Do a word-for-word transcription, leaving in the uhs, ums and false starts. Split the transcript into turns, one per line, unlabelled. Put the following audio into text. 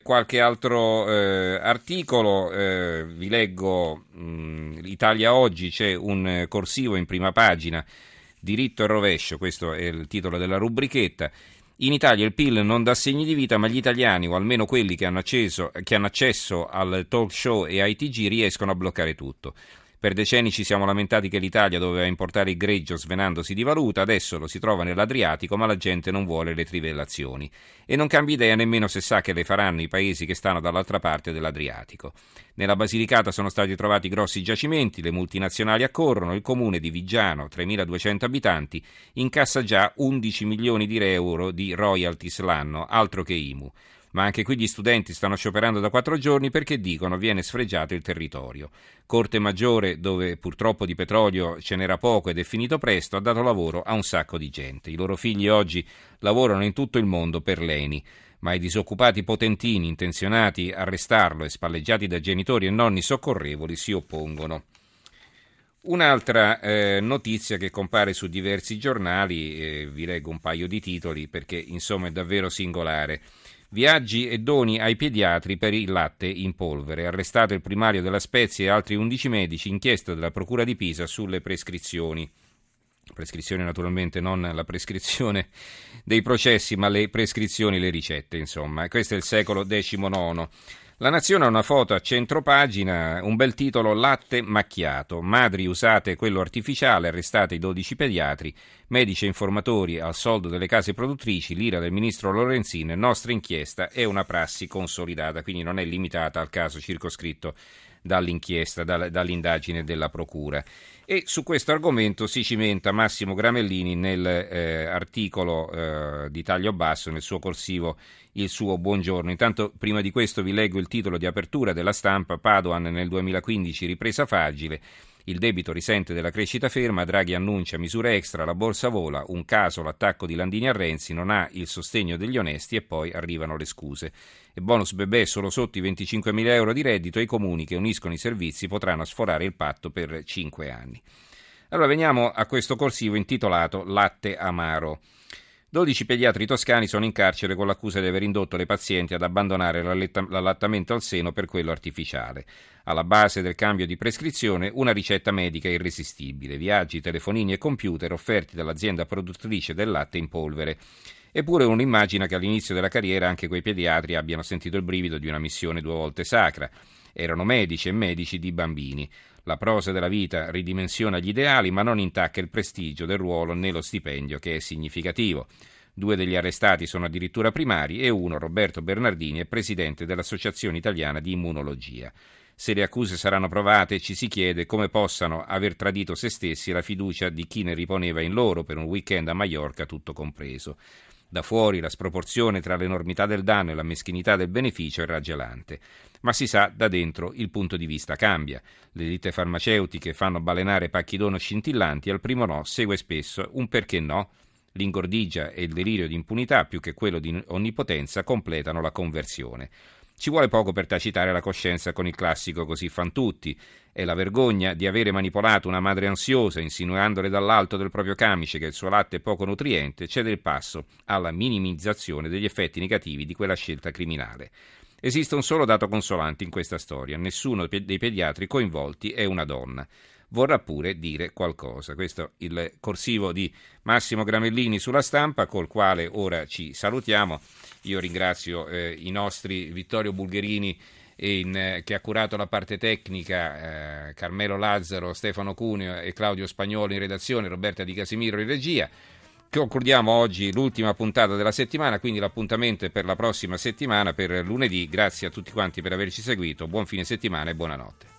Qualche altro eh, articolo, eh, vi leggo mh, Italia Oggi, c'è un corsivo in prima pagina, diritto e rovescio, questo è il titolo della rubrichetta. In Italia il P I L non dà segni di vita, ma gli italiani, o almeno quelli che hanno, acceso, che hanno accesso al talk show e ai T G, riescono a bloccare tutto. Per decenni ci siamo lamentati che l'Italia doveva importare il greggio svenandosi di valuta, adesso lo si trova nell'Adriatico, ma la gente non vuole le trivellazioni. E non cambia idea nemmeno se sa che le faranno i paesi che stanno dall'altra parte dell'Adriatico. Nella Basilicata sono stati trovati grossi giacimenti, le multinazionali accorrono, il comune di Viggiano, tremiladuecento abitanti, incassa già undici milioni di euro di royalties l'anno, altro che I M U. Ma anche qui gli studenti stanno scioperando da quattro giorni perché dicono viene sfregiato il territorio. Corte Maggiore, dove purtroppo di petrolio ce n'era poco ed è finito presto, ha dato lavoro a un sacco di gente. I loro figli oggi lavorano in tutto il mondo per l'E N I, ma i disoccupati potentini intenzionati a arrestarlo e spalleggiati da genitori e nonni soccorrevoli si oppongono. Un'altra eh, notizia che compare su diversi giornali, eh, vi leggo un paio di titoli perché insomma è davvero singolare. Viaggi e doni ai pediatri per il latte in polvere. Arrestato il primario della Spezia e altri undici medici, inchiesta della Procura di Pisa sulle prescrizioni. Prescrizioni naturalmente non la prescrizione dei processi, ma le prescrizioni, le ricette, insomma. Questo è il secolo diciannove. La Nazione ha una foto a centropagina, un bel titolo: latte macchiato, madri usate quello artificiale, arrestate i dodici pediatri, medici e informatori al soldo delle case produttrici, l'ira del ministro Lorenzin, nostra inchiesta è una prassi consolidata, quindi non è limitata al caso circoscritto dall'inchiesta, dall'indagine della Procura. E su questo argomento si cimenta Massimo Gramellini nell'articolo eh, eh, di taglio basso, nel suo corsivo Il suo buongiorno. Intanto prima di questo vi leggo il titolo di apertura della Stampa: Padoan nel duemilaquindici ripresa fragile, il debito risente della crescita ferma, Draghi annuncia misure extra, la borsa vola, un caso l'attacco di Landini a Renzi, non ha il sostegno degli onesti e poi arrivano le scuse. E bonus bebè solo sotto i venticinquemila euro di reddito e i comuni che uniscono i servizi potranno sforare il patto per cinque anni. Allora veniamo a questo corsivo intitolato Latte amaro. dodici pediatri toscani sono in carcere con l'accusa di aver indotto le pazienti ad abbandonare l'allattamento al seno per quello artificiale. Alla base del cambio di prescrizione una ricetta medica irresistibile, viaggi, telefonini e computer offerti dall'azienda produttrice del latte in polvere. Eppure uno immagina che all'inizio della carriera anche quei pediatri abbiano sentito il brivido di una missione due volte sacra. Erano medici e medici di bambini. La prosa della vita ridimensiona gli ideali, ma non intacca il prestigio del ruolo né lo stipendio, che è significativo. Due degli arrestati sono addirittura primari e uno, Roberto Bernardini, è presidente dell'Associazione Italiana di Immunologia. Se le accuse saranno provate, ci si chiede come possano aver tradito se stessi e la fiducia di chi ne riponeva in loro per un weekend a Maiorca tutto compreso. Da fuori la sproporzione tra l'enormità del danno e la meschinità del beneficio è raggelante. Ma si sa, da dentro il punto di vista cambia. Le ditte farmaceutiche fanno balenare pacchi dono scintillanti e al primo no segue spesso un perché no. L'ingordigia e il delirio di impunità, più che quello di onnipotenza, completano la conversione. Ci vuole poco per tacitare la coscienza con il classico così fan tutti. È la vergogna di avere manipolato una madre ansiosa, insinuandole dall'alto del proprio camice che il suo latte è poco nutriente, cede il passo alla minimizzazione degli effetti negativi di quella scelta criminale. Esiste un solo dato consolante in questa storia: nessuno dei pediatri coinvolti è una donna. Vorrà pure dire qualcosa. Questo è il corsivo di Massimo Gramellini sulla Stampa, col quale ora ci salutiamo. Io ringrazio eh, i nostri Vittorio Bulgherini in, eh, che ha curato la parte tecnica, eh, Carmelo Lazzaro, Stefano Cuneo e Claudio Spagnolo in redazione, Roberta Di Casimiro in regia. Concludiamo oggi l'ultima puntata della settimana, quindi l'appuntamento è per la prossima settimana, per lunedì. Grazie a tutti quanti per averci seguito, buon fine settimana e buonanotte.